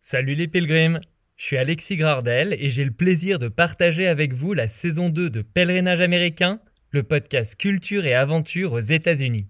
Salut les pilgrims, je suis Alexis Grardel et j'ai le plaisir de partager avec vous la saison 2 de Pèlerinage américain, le podcast culture et aventure aux États-Unis.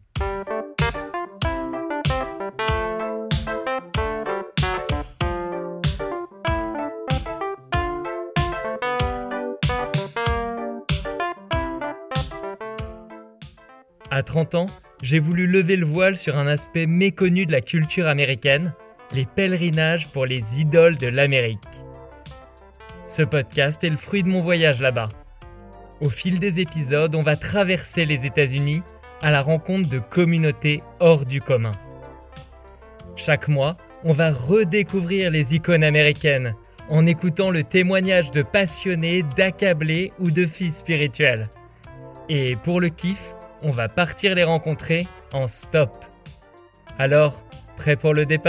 À 30 ans, j'ai voulu lever le voile sur un aspect méconnu de la culture américaine, les pèlerinages pour les idoles de l'Amérique. Ce podcast est le fruit de mon voyage là-bas. Au fil des épisodes, on va traverser les États-Unis à la rencontre de communautés hors du commun. Chaque mois, on va redécouvrir les icônes américaines en écoutant le témoignage de passionnés, d'accablés ou de filles spirituelles. Et pour le kiff, on va partir les rencontrer en stop. Alors, prêt pour le départ ?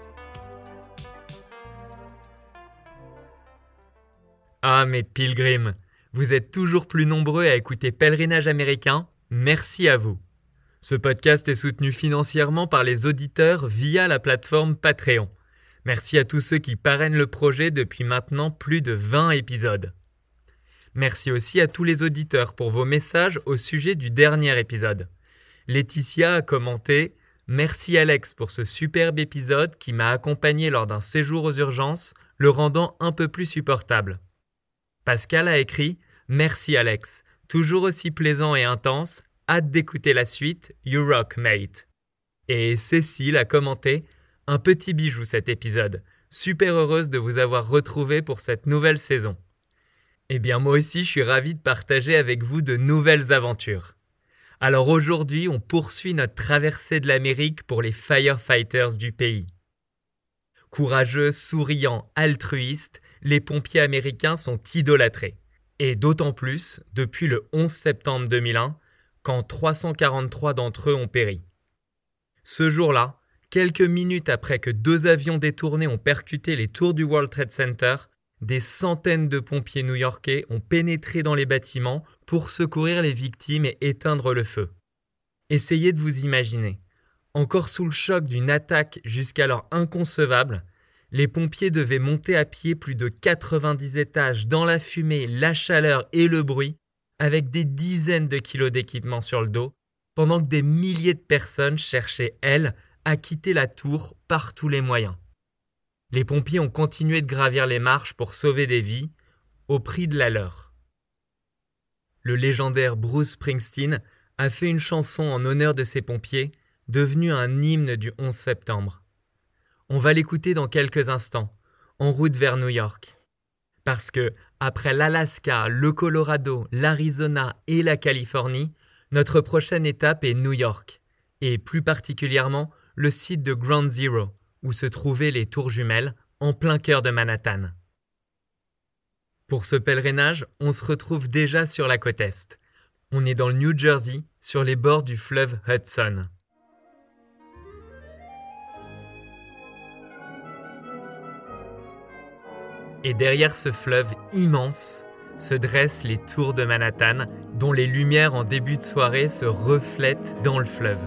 Ah mes pilgrims, vous êtes toujours plus nombreux à écouter Pèlerinage américain, merci à vous. Ce podcast est soutenu financièrement par les auditeurs via la plateforme Patreon. Merci à tous ceux qui parrainent le projet depuis maintenant plus de 20 épisodes. Merci aussi à tous les auditeurs pour vos messages au sujet du dernier épisode. Laetitia a commenté « Merci Alex pour ce superbe épisode qui m'a accompagné lors d'un séjour aux urgences, le rendant un peu plus supportable. » Pascal a écrit « Merci Alex, toujours aussi plaisant et intense, hâte d'écouter la suite, you rock mate. » Et Cécile a commenté « Un petit bijou cet épisode, super heureuse de vous avoir retrouvé pour cette nouvelle saison. » Eh bien moi aussi je suis ravi de partager avec vous de nouvelles aventures. Alors aujourd'hui on poursuit notre traversée de l'Amérique pour les firefighters du pays. Courageux, souriants, altruistes, les pompiers américains sont idolâtrés. Et d'autant plus depuis le 11 septembre 2001, quand 343 d'entre eux ont péri. Ce jour-là, quelques minutes après que 2 avions détournés ont percuté les tours du World Trade Center, des centaines de pompiers new-yorkais ont pénétré dans les bâtiments pour secourir les victimes et éteindre le feu. Essayez de vous imaginer. Encore sous le choc d'une attaque jusqu'alors inconcevable, les pompiers devaient monter à pied plus de 90 étages dans la fumée, la chaleur et le bruit, avec des dizaines de kilos d'équipement sur le dos, pendant que des milliers de personnes cherchaient, elles, à quitter la tour par tous les moyens. Les pompiers ont continué de gravir les marches pour sauver des vies, au prix de la leur. Le légendaire Bruce Springsteen a fait une chanson en honneur de ces pompiers, devenue un hymne du 11 septembre. On va l'écouter dans quelques instants, en route vers New York. Parce que, après l'Alaska, le Colorado, l'Arizona et la Californie, notre prochaine étape est New York, et plus particulièrement le site de Ground Zero, où se trouvaient les tours jumelles, en plein cœur de Manhattan. Pour ce pèlerinage, on se retrouve déjà sur la côte Est. On est dans le New Jersey, sur les bords du fleuve Hudson. Et derrière ce fleuve immense se dressent les tours de Manhattan, dont les lumières en début de soirée se reflètent dans le fleuve.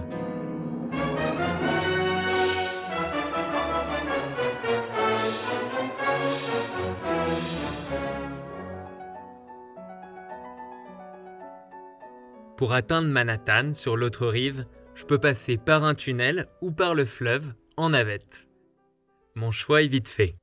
Pour atteindre Manhattan, sur l'autre rive, je peux passer par un tunnel ou par le fleuve en navette. Mon choix est vite fait.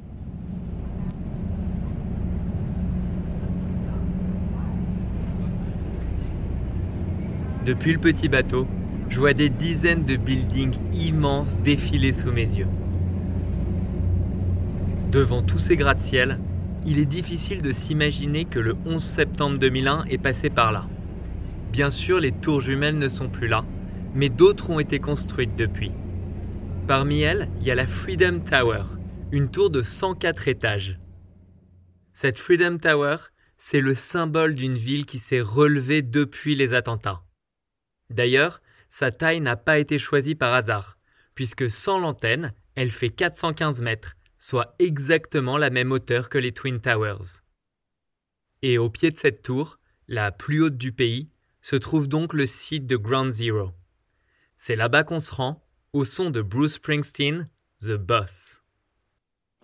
Depuis le petit bateau, je vois des dizaines de buildings immenses défiler sous mes yeux. Devant tous ces gratte-ciel, il est difficile de s'imaginer que le 11 septembre 2001 est passé par là. Bien sûr, les tours jumelles ne sont plus là, mais d'autres ont été construites depuis. Parmi elles, il y a la Freedom Tower, une tour de 104 étages. Cette Freedom Tower, c'est le symbole d'une ville qui s'est relevée depuis les attentats. D'ailleurs, sa taille n'a pas été choisie par hasard, puisque sans l'antenne, elle fait 415 mètres, soit exactement la même hauteur que les Twin Towers. Et au pied de cette tour, la plus haute du pays, se trouve donc le site de Ground Zero. C'est là-bas qu'on se rend, au son de Bruce Springsteen, The Boss.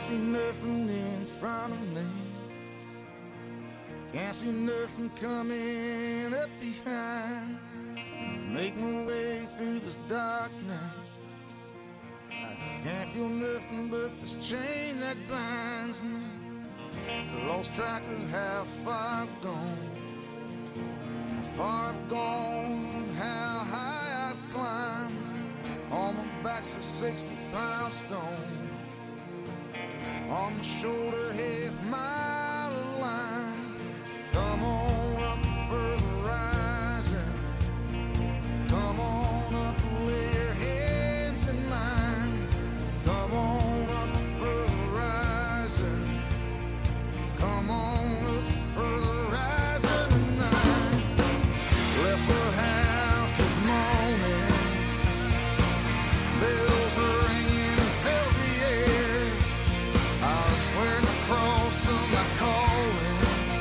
see nothing in front of me. Can't see nothing coming up behind. Make my way through this darkness. I can't feel nothing but this chain that binds me. Lost track of how far I've gone. How far I've gone, how high I've climbed. On my back's a 60-pound stone. On my shoulder, half mile of line. Come on up for the rising. Come on up and lay your hands in mine. Come on up for the rising. Come on up for the rising tonight. Left the house this morning. Bells were ringing and filled the air. I was swearing the cross of my calling.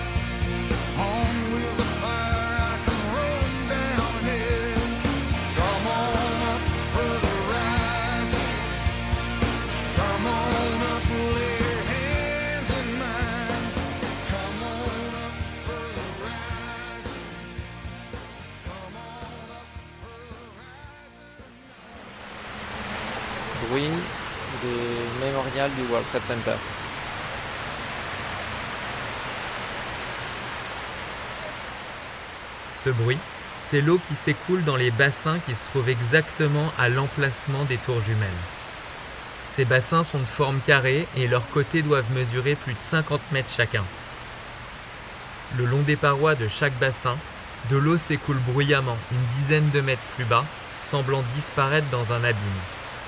On wheels of fire, I come rolling downhill. Come on up for the rising. Come on up and lay your hands in mine. Come on up for the rising. Come on up for the rising. Bruit des mémorials du World Trade Center. Ce bruit, c'est l'eau qui s'écoule dans les bassins qui se trouvent exactement à l'emplacement des tours jumelles. Ces bassins sont de forme carrée et leurs côtés doivent mesurer plus de 50 mètres chacun. Le long des parois de chaque bassin, de l'eau s'écoule bruyamment une dizaine de mètres plus bas, semblant disparaître dans un abîme.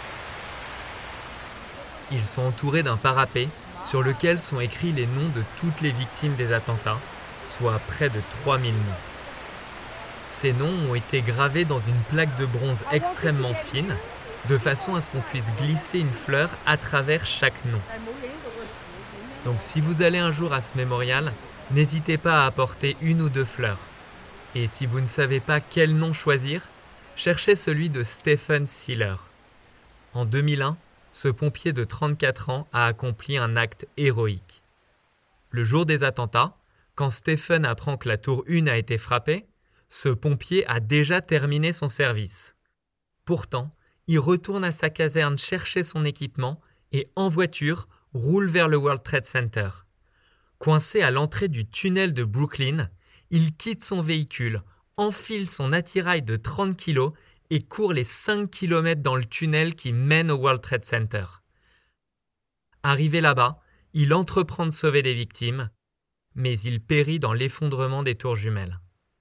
Ils sont entourés d'un parapet sur lequel sont écrits les noms de toutes les victimes des attentats, soit près de 3000 noms. Ces noms ont été gravés dans une plaque de bronze extrêmement fine, de façon à ce qu'on puisse glisser une fleur à travers chaque nom. Donc si vous allez un jour à ce mémorial, n'hésitez pas à apporter une ou deux fleurs. Et si vous ne savez pas quel nom choisir, cherchez celui de Stephen Sealer. En 2001, ce pompier de 34 ans a accompli un acte héroïque. Le jour des attentats, quand Stephen apprend que la tour 1 a été frappée, ce pompier a déjà terminé son service. Pourtant, il retourne à sa caserne chercher son équipement et, en voiture, roule vers le World Trade Center. Coincé à l'entrée du tunnel de Brooklyn, il quitte son véhicule, enfile son attirail de 30 kg et court les 5 km dans le tunnel qui mène au World Trade Center. Arrivé là-bas, il entreprend de sauver des victimes, mais il périt dans l'effondrement des tours jumelles.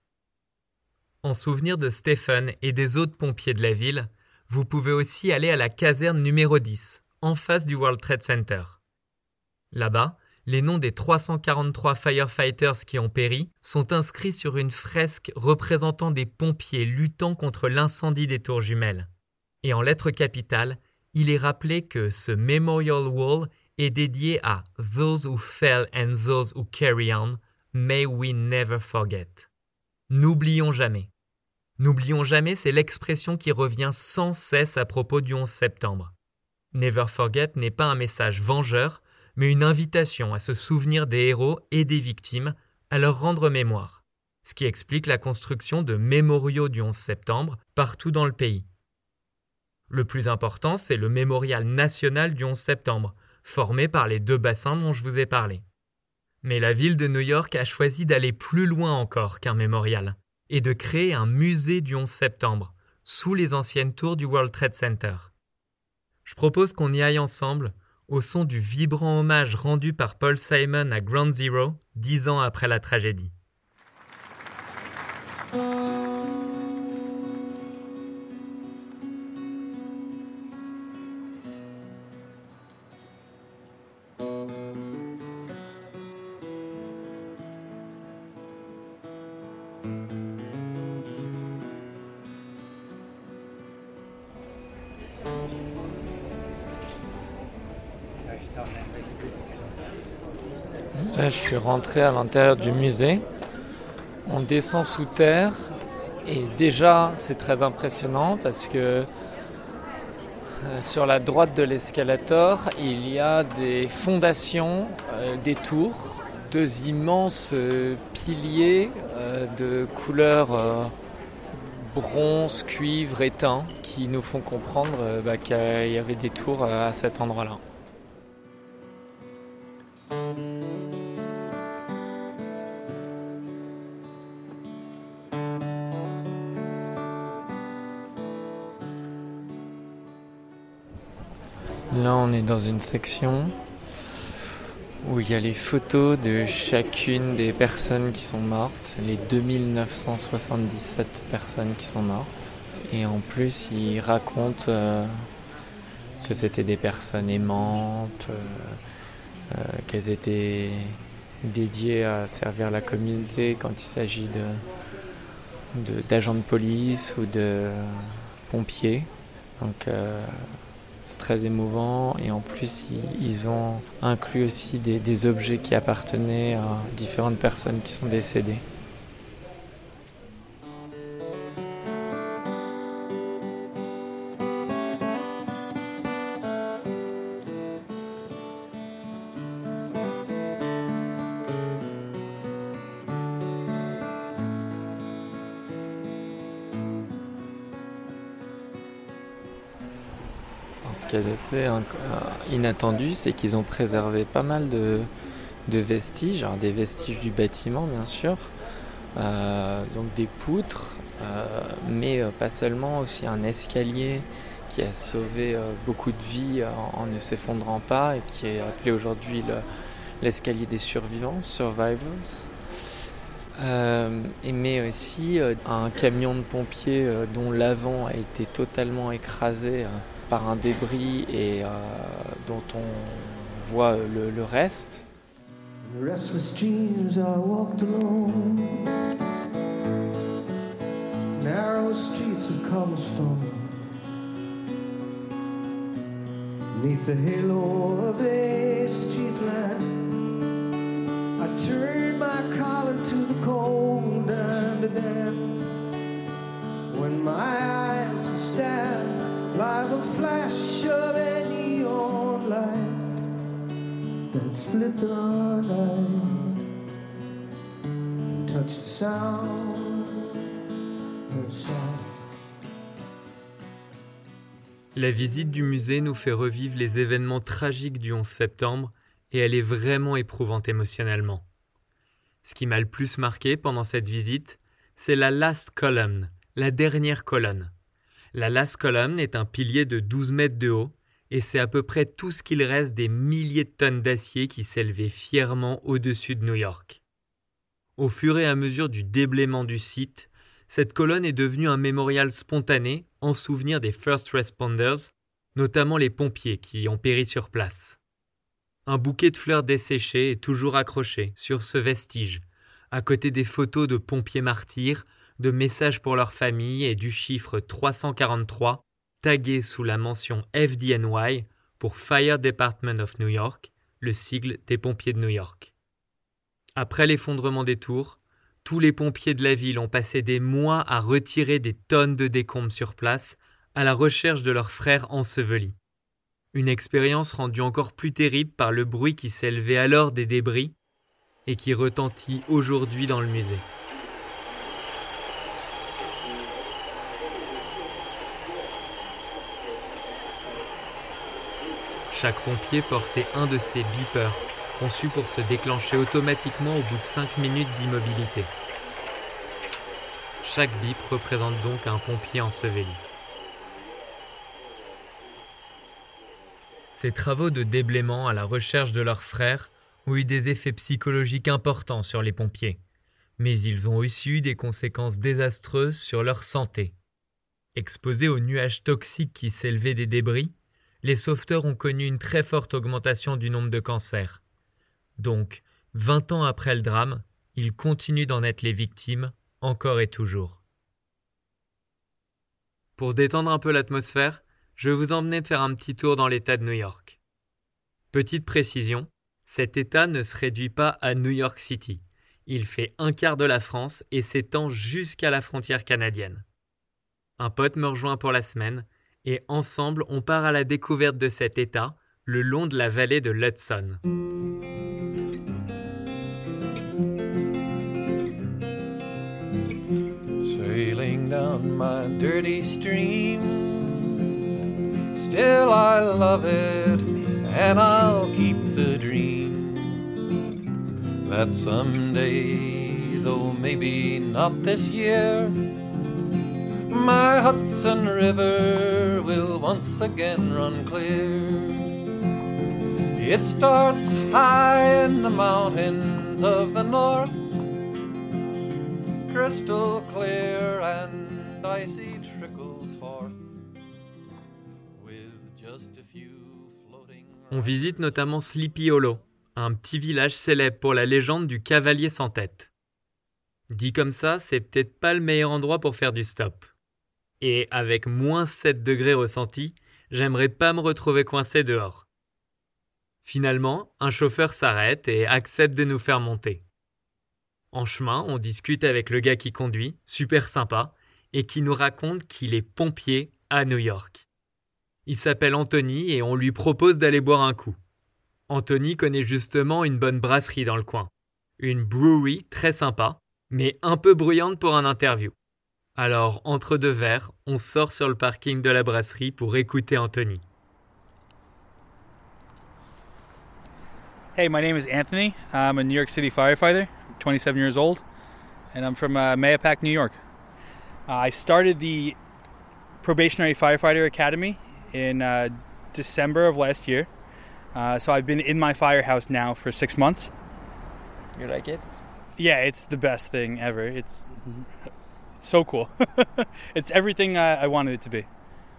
En souvenir de Stephen et des autres pompiers de la ville, vous pouvez aussi aller à la caserne numéro 10, en face du World Trade Center. Là-bas, les noms des 343 firefighters qui ont péri sont inscrits sur une fresque représentant des pompiers luttant contre l'incendie des tours jumelles. Et en lettres capitales, il est rappelé que ce Memorial Wall est dédié à « Those who fell and those who carry on, may we never forget ». N'oublions jamais. N'oublions jamais, c'est l'expression qui revient sans cesse à propos du 11 septembre. Never forget n'est pas un message vengeur, mais une invitation à se souvenir des héros et des victimes, à leur rendre mémoire. Ce qui explique la construction de mémoriaux du 11 septembre partout dans le pays. Le plus important, c'est le mémorial national du 11 septembre, formé par les deux bassins dont je vous ai parlé. Mais la ville de New York a choisi d'aller plus loin encore qu'un mémorial et de créer un musée du 11 septembre, sous les anciennes tours du World Trade Center. Je propose qu'on y aille ensemble, au son du vibrant hommage rendu par Paul Simon à Ground Zero, 10 ans après la tragédie. Là, je suis rentré à l'intérieur du musée. On descend sous terre et déjà, c'est très impressionnant parce que Sur la droite de l'escalator, il y a des fondations, des tours, deux immenses piliers de couleur bronze, cuivre, étain, qui nous font comprendre qu'il y avait des tours à cet endroit-là. Là, on est dans une section où il y a les photos de chacune des personnes qui sont mortes, les 2977 personnes qui sont mortes. Et en plus, ils racontent que c'était des personnes aimantes, qu'elles étaient dédiées à servir la communauté quand il s'agit d'agents de police ou de pompiers. Donc c'est très émouvant, et en plus ils ont inclus aussi des objets qui appartenaient à différentes personnes qui sont décédées. Ce qui est assez inattendu, c'est qu'ils ont préservé pas mal de vestiges, alors des vestiges du bâtiment bien sûr, donc des poutres, mais pas seulement, aussi un escalier qui a sauvé beaucoup de vies en ne s'effondrant pas, et qui est appelé aujourd'hui l'escalier des survivants, Survivors. Mais aussi un camion de pompiers dont l'avant a été totalement écrasé par un débris et dont on voit le reste. The restless dreams I walked alone, narrow streets of cobblestone, beneath the halo of a street lamp. I turned my collar to the cold and the damp, when my eyes were stabbed by the flash of a neon light that split the night and touched the sound of song. La visite du musée nous fait revivre les événements tragiques du 11 septembre, et elle est vraiment éprouvante émotionnellement. Ce qui m'a le plus marqué pendant cette visite, c'est la Last Column, la dernière colonne. La Last Column est un pilier de 12 mètres de haut, et c'est à peu près tout ce qu'il reste des milliers de tonnes d'acier qui s'élevaient fièrement au-dessus de New York. Au fur et à mesure du déblaiement du site, cette colonne est devenue un mémorial spontané en souvenir des first responders, notamment les pompiers qui ont péri sur place. Un bouquet de fleurs desséchées est toujours accroché sur ce vestige, à côté des photos de pompiers martyrs, de messages pour leurs familles et du chiffre 343, tagué sous la mention FDNY pour Fire Department of New York, le sigle des pompiers de New York. Après l'effondrement des tours, tous les pompiers de la ville ont passé des mois à retirer des tonnes de décombres sur place, à la recherche de leurs frères ensevelis. Une expérience rendue encore plus terrible par le bruit qui s'élevait alors des débris et qui retentit aujourd'hui dans le musée. Chaque pompier portait un de ces beepers, conçus pour se déclencher automatiquement au bout de 5 minutes d'immobilité. Chaque bip représente donc un pompier enseveli. Ces travaux de déblaiement à la recherche de leurs frères ont eu des effets psychologiques importants sur les pompiers, mais ils ont aussi eu des conséquences désastreuses sur leur santé. Exposés aux nuages toxiques qui s'élevaient des débris, les sauveteurs ont connu une très forte augmentation du nombre de cancers. Donc, 20 ans après le drame, ils continuent d'en être les victimes, encore et toujours. Pour détendre un peu l'atmosphère, je vais vous emmener faire un petit tour dans l'État de New York. Petite précision, cet État ne se réduit pas à New York City. Il fait un quart de la France et s'étend jusqu'à la frontière canadienne. Un pote me rejoint pour la semaine Et ensemble, on part à la découverte de cet état, le long de la vallée de l'Hudson. Sailing down my dirty stream, still I love it, and I'll keep the dream that someday, though maybe not this year, my Hudson River will once again run clear. It starts high in the mountains of the north, crystal clear, and icy trickles forth, with just a few floating. On visite notamment Sleepy Hollow, un petit village célèbre pour la légende du cavalier sans tête. Dit comme ça, c'est peut-être pas le meilleur endroit pour faire du stop. Et avec moins 7 degrés ressentis, j'aimerais pas me retrouver coincé dehors. Finalement, un chauffeur s'arrête et accepte de nous faire monter. En chemin, on discute avec le gars qui conduit, super sympa, et qui nous raconte qu'il est pompier à New York. Il s'appelle Anthony et on lui propose d'aller boire un coup. Anthony connaît justement une bonne brasserie dans le coin. Une brewery très sympa, mais un peu bruyante pour un interview. Alors, entre deux verres, on sort sur le parking de la brasserie pour écouter Anthony. Hey, my name is Anthony. I'm a New York City firefighter. I'm 27 years old, and I'm from Mahopac, New York. I started the Probationary Firefighter Academy in December of last year. So I've been in my firehouse now for 6 months. You like it? Yeah, it's the best thing ever. It's so cool. It's everything I wanted it to be.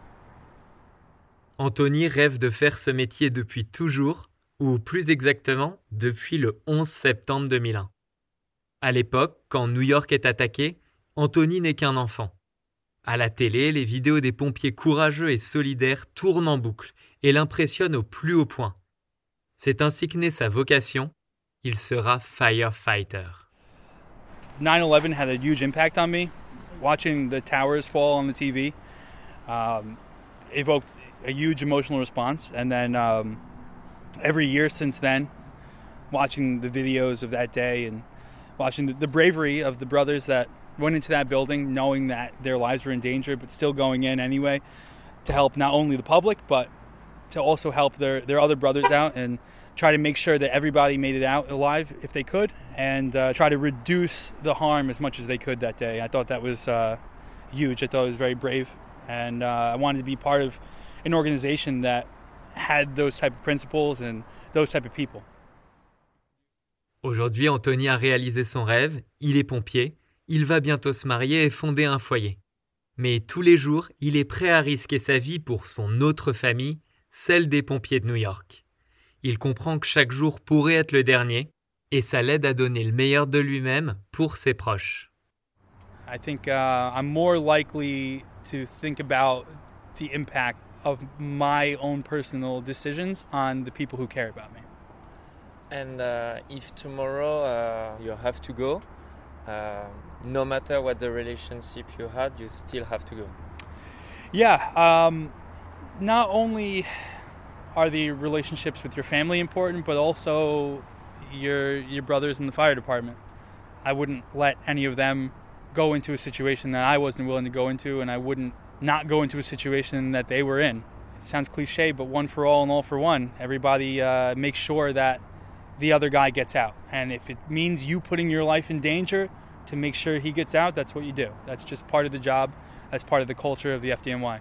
Anthony rêve de faire ce métier depuis toujours, ou plus exactement, depuis le 11 septembre 2001. À l'époque, quand New York est attaqué, Anthony n'est qu'un enfant. À la télé, les vidéos des pompiers courageux et solidaires tournent en boucle et l'impressionnent au plus haut point. C'est ainsi que naît sa vocation, il sera firefighter. 9/11 had a huge impact on me. Watching the towers fall on the TV evoked a huge emotional response. And then every year since then, watching the videos of that day and watching the bravery of the brothers that went into that building knowing that their lives were in danger but still going in anyway to help not only the public but to also help their other brothers out and try to make sure that everybody made it out alive if they could, and try to reduce the harm as much as they could that day. I thought that was huge. I thought it was very brave, and I wanted to be part of an organization that had those type of principles and those type of people. Aujourd'hui, Anthony a réalisé son rêve, il est pompier, il va bientôt se marier et fonder un foyer. Mais tous les jours, il est prêt à risquer sa vie pour son autre famille, celle des pompiers de New York. Il comprend que chaque jour pourrait être le dernier et ça l'aide à donner le meilleur de lui-même pour ses proches. I think I'm more likely to think about the impact of my own personal decisions on the people who care about me. And if tomorrow you have to go, no matter what the relationship you had, you still have to go. Yeah, not only are the relationships with your family important, but also your brothers in the fire department. I wouldn't let any of them go into a situation that I wasn't willing to go into, and I wouldn't not go into a situation that they were in. It sounds cliche, but one for all and all for one. Everybody makes sure that the other guy gets out. And if it means you putting your life in danger to make sure he gets out, that's what you do. That's just part of the job. That's part of the culture of the FDNY.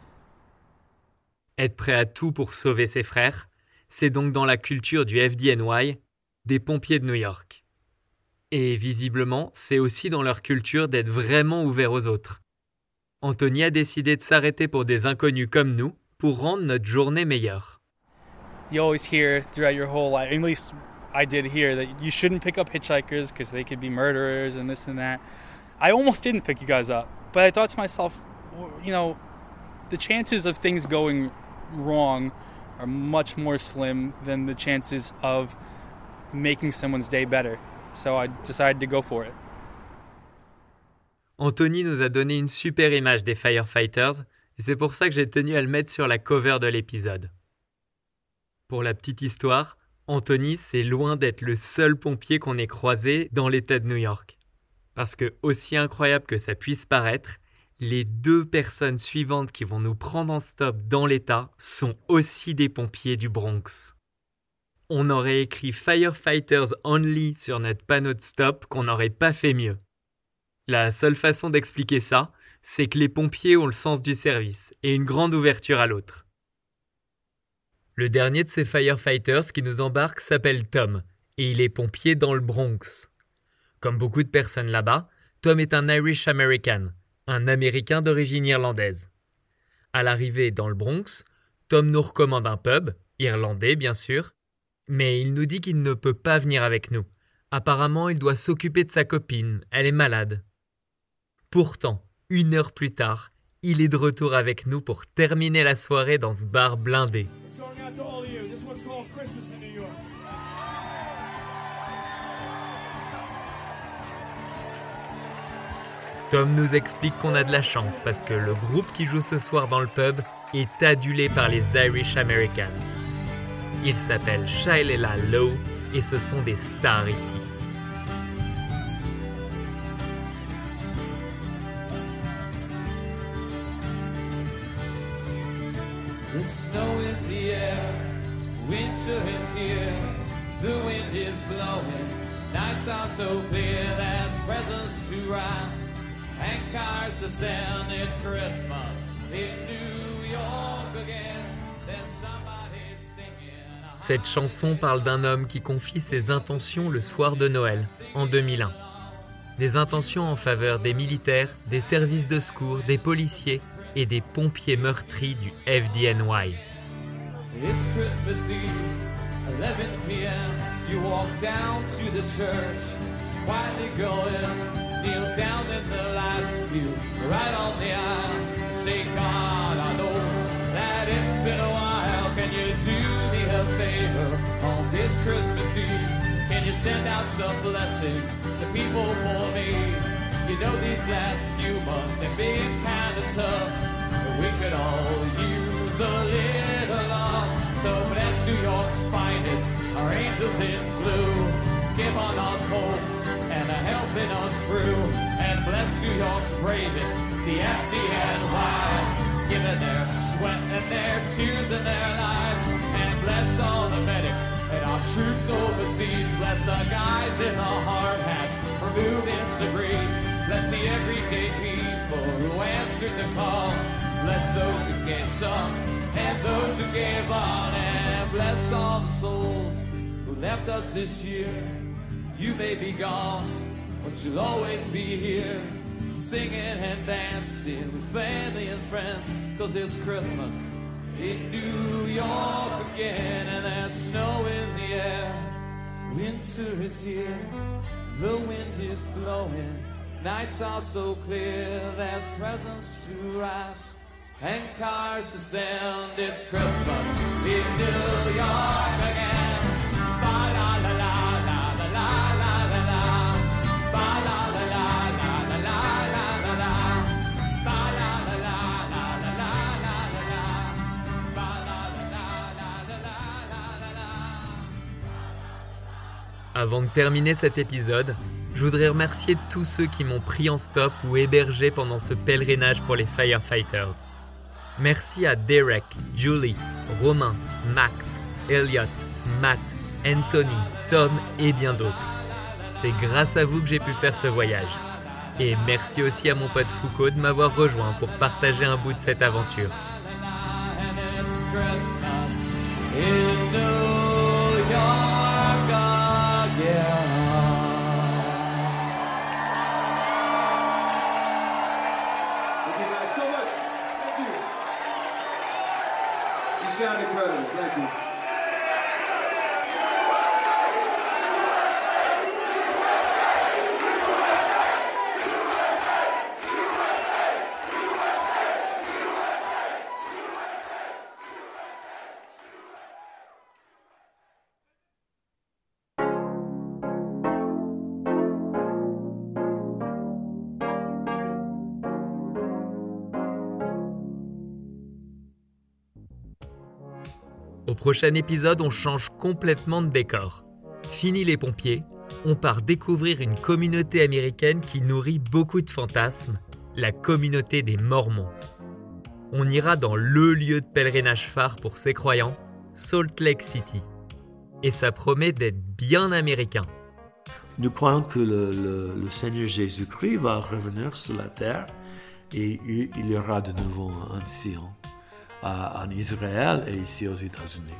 Être prêt à tout pour sauver ses frères, c'est donc dans la culture du FDNY, des pompiers de New York. Et visiblement, c'est aussi dans leur culture d'être vraiment ouvert aux autres. Anthony a décidé de s'arrêter pour des inconnus comme nous pour rendre notre journée meilleure. You always hear throughout your whole life, at least I did hear, that you shouldn't pick up hitchhikers because they could be murderers and this and that. I almost didn't pick you guys up, but I thought to myself, you know, the chances of things going wrong are much more slim than the chances of making someone's day better. So I decided to go for it. Anthony nous a donné une super image des firefighters Et c'est pour ça que j'ai tenu à le mettre sur la cover de l'épisode. Pour la petite histoire, Anthony, c'est loin d'être le seul pompier qu'on ait croisé dans l'État de New York. Parce que, aussi incroyable que ça puisse paraître, les 2 personnes suivantes qui vont nous prendre en stop dans l'État sont aussi des pompiers du Bronx. On aurait écrit Firefighters Only sur notre panneau de stop qu'on n'aurait pas fait mieux. La seule façon d'expliquer ça, c'est que les pompiers ont le sens du service et une grande ouverture à l'autre. Le dernier de ces firefighters qui nous embarque s'appelle Tom, et il est pompier dans le Bronx. Comme beaucoup de personnes là-bas, Tom est un Irish American, un Américain d'origine irlandaise. À l'arrivée dans le Bronx, Tom nous recommande un pub, irlandais bien sûr, mais il nous dit qu'il ne peut pas venir avec nous. Apparemment, il doit s'occuper de sa copine, elle est malade. Pourtant, 1 heure plus tard, il est de retour avec nous pour terminer la soirée dans ce bar blindé. Tom nous explique qu'on a de la chance parce que le groupe qui joue ce soir dans le pub est adulé par les Irish Americans. Ils s'appellent Shylella Low et ce sont des stars ici. There's snow in the air, winter is here, the wind is blowing, nights are so clear, there's presents to wrap, and cars to send, it's Christmas in New York again, there's somebody singing. Cette chanson parle d'un homme qui confie ses intentions le soir de Noël, en 2001. Des intentions en faveur des militaires, des services de secours, des policiers, et des pompiers meurtris du FDNY. It's Christmas Eve, 11 p.m. You walk down to the church, quietly go in, kneel down in the last pew, right on the aisle. Say, God, I know that it's been a while. Can you do me a favor on this Christmas Eve? Can you send out some blessings to people for me? You know these last few months have been kind of tough. We could all use a little love. So bless New York's finest, our angels in blue. Give on us hope and a helping us through. And bless New York's bravest, the FDNY. Giving their sweat and their tears and their lives. And bless all the medics and our troops overseas. Bless the guys in the hard hats removing debris. Bless the everyday people who answered the call. Bless those who gave some and those who gave on. And bless all the souls who left us this year. You may be gone, but you'll always be here. Singing and dancing with family and friends. 'Cause it's Christmas in New York again. And there's snow in the air. Winter is here. The wind is blowing. Nights are so clear, there's presents to wrap and cars to send. It's Christmas in New York again. Ba la la la la la la la la la. Ba la la la la la la la la la. Ba la la la la la la la la la. Ba la la la la la la la la. Avant de terminer cet épisode, je voudrais remercier tous ceux qui m'ont pris en stop ou hébergé pendant ce pèlerinage pour les Firefighters. Merci à Derek, Julie, Romain, Max, Elliot, Matt, Anthony, Tom et bien d'autres. C'est grâce à vous que j'ai pu faire ce voyage. Et merci aussi à mon pote Foucault de m'avoir rejoint pour partager un bout de cette aventure. And it's Christmas in New York again. Thank you guys so much. Thank you. You sound incredible. Thank you. Au prochain épisode, on change complètement de décor. Fini les pompiers, on part découvrir une communauté américaine qui nourrit beaucoup de fantasmes, la communauté des Mormons. On ira dans le lieu de pèlerinage phare pour ces croyants, Salt Lake City. Et ça promet d'être bien américain. Nous croyons que le Seigneur Jésus-Christ va revenir sur la terre et il y aura de nouveau un Sion en Israël et ici aux États-Unis.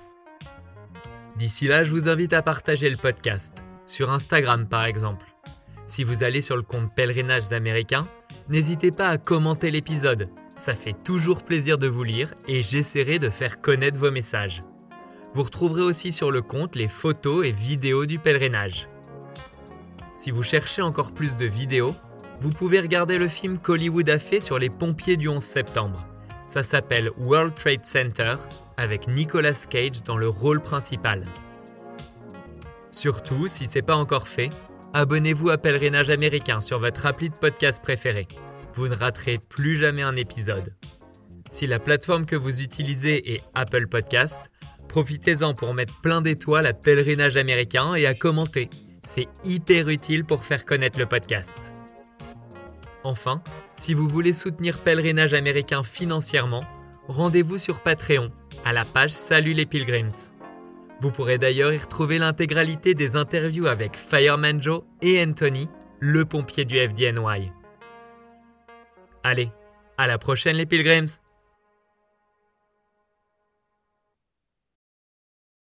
D'ici là, je vous invite à partager le podcast, sur Instagram par exemple. Si vous allez sur le compte Pèlerinages Américains, n'hésitez pas à commenter l'épisode. Ça fait toujours plaisir de vous lire et j'essaierai de faire connaître vos messages. Vous retrouverez aussi sur le compte les photos et vidéos du pèlerinage. Si vous cherchez encore plus de vidéos, vous pouvez regarder le film qu'Hollywood a fait sur les pompiers du 11 septembre. Ça s'appelle World Trade Center, avec Nicolas Cage dans le rôle principal. Surtout, si ce n'est pas encore fait, abonnez-vous à Pèlerinage Américain sur votre appli de podcast préférée. Vous ne raterez plus jamais un épisode. Si la plateforme que vous utilisez est Apple Podcast, profitez-en pour mettre plein d'étoiles à Pèlerinage Américain et à commenter. C'est hyper utile pour faire connaître le podcast. Enfin, si vous voulez soutenir Pèlerinage Américain financièrement, rendez-vous sur Patreon, à la page Salut les Pilgrims. Vous pourrez d'ailleurs y retrouver l'intégralité des interviews avec Fireman Joe et Anthony, le pompier du FDNY. Allez, à la prochaine les Pilgrims!